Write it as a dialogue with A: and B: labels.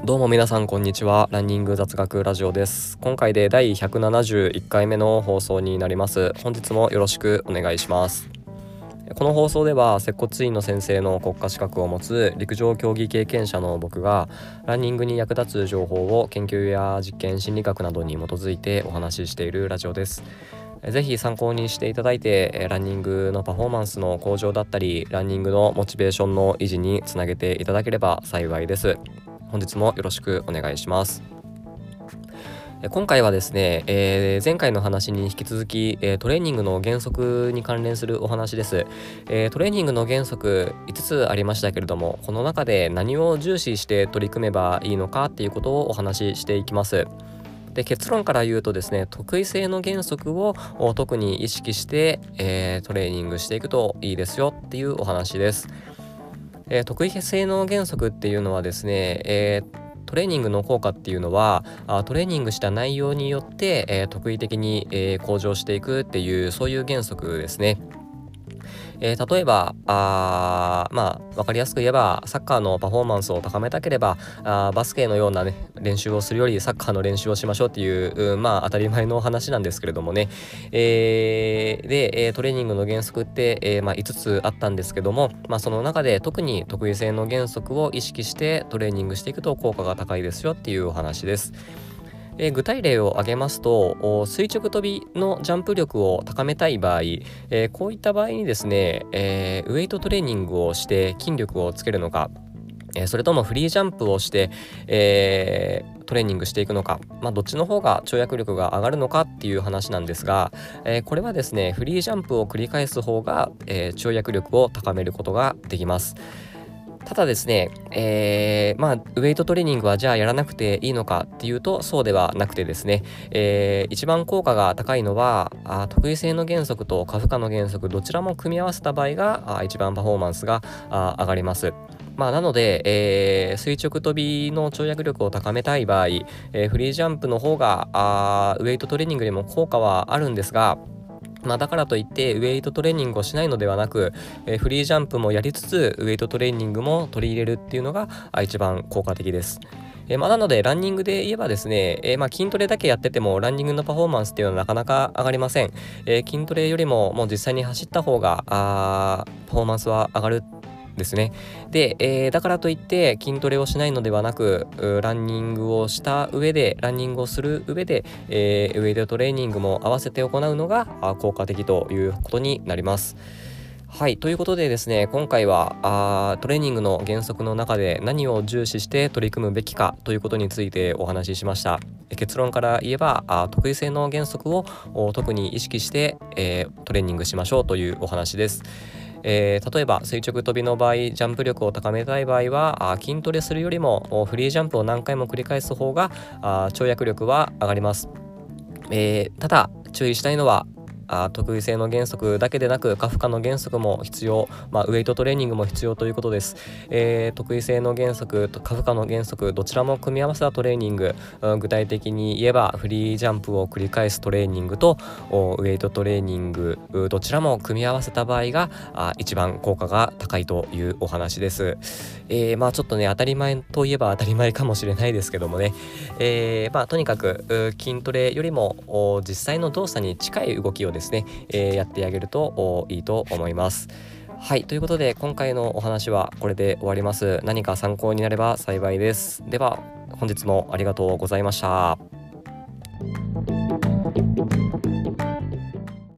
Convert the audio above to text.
A: どうも皆さんこんにちは。ランニング雑学ラジオです。今回で第171回目の放送になります。本日もよろしくお願いします。この放送では接骨院の先生の国家資格を持つ陸上競技経験者の僕がランニングに役立つ情報を研究や実験心理学などに基づいてお話ししているラジオです。ぜひ参考にしていただいてランニングのパフォーマンスの向上だったりランニングのモチベーションの維持につなげていただければ幸いです。本日もよろしくお願いします。今回はですね、前回の話に引き続き、トレーニングの原則に関連するお話です。トレーニングの原則5つありましたけれども、この中で何を重視して取り組めばいいのかっていうことをお話ししていきます。で、結論から言うとですね、得意性の原則を特に意識して、トレーニングしていくといいですよっていうお話です。得意性の原則っていうのはですね、トレーニングの効果っていうのはトレーニングした内容によって、特異的に、向上していくっていうそういう原則ですね。例えば分かりやすく言えばサッカーのパフォーマンスを高めたければバスケのような、練習をするよりサッカーの練習をしましょうっていう、当たり前の話なんですけれどもね、トレーニングの原則って、5つあったんですけども、その中で特に得意性の原則を意識してトレーニングしていくと効果が高いですよっていうお話です。具体例を挙げますと垂直跳びのジャンプ力を高めたい場合、こういった場合にですね、ウエイトトレーニングをして筋力をつけるのか、それともフリージャンプをして、トレーニングしていくのか、どっちの方が跳躍力が上がるのかっていう話なんですが、これはですねフリージャンプを繰り返す方が、跳躍力を高めることができます。ただですね、ウェイトトレーニングはじゃあやらなくていいのかっていうとそうではなくてですね、一番効果が高いのは得意性の原則と過負荷の原則どちらも組み合わせた場合が一番パフォーマンスが上がります。なので、垂直跳びの跳躍力を高めたい場合、フリージャンプの方がウェイトトレーニングでも効果はあるんですが、だからといってウェイトトレーニングをしないのではなく、フリージャンプもやりつつウェイトトレーニングも取り入れるっていうのが一番効果的です。なのでランニングで言えばですね、筋トレだけやっててもランニングのパフォーマンスっていうのはなかなか上がりません。筋トレよりももう実際に走った方がパフォーマンスは上がるですね。で、だからといって筋トレをしないのではなくランニングをした上でランニングをする上で、ウェイトトレーニングも合わせて行うのが効果的ということになります。はい、ということでですね、今回はトレーニングの原則の中で何を重視して取り組むべきかということについてお話ししました。結論から言えば得意性の原則を特に意識して、トレーニングしましょうというお話です。例えば垂直跳びの場合ジャンプ力を高めたい場合は筋トレするよりもフリージャンプを何回も繰り返す方が跳躍力は上がります。ただ注意したいのは得意性の原則だけでなく過負荷の原則も必要、ウェイトトレーニングも必要ということです。得意性の原則と過負荷の原則どちらも組み合わせたトレーニング、具体的に言えばフリージャンプを繰り返すトレーニングとウェイトトレーニングどちらも組み合わせた場合が一番効果が高いというお話です。ちょっとね当たり前といえば当たり前かもしれないですけどもね、とにかく筋トレよりも実際の動作に近い動きをですね、やってあげるといいと思います。はい、ということで今回のお話はこれで終わります。何か参考になれば幸いです。では本日もありがとうございました。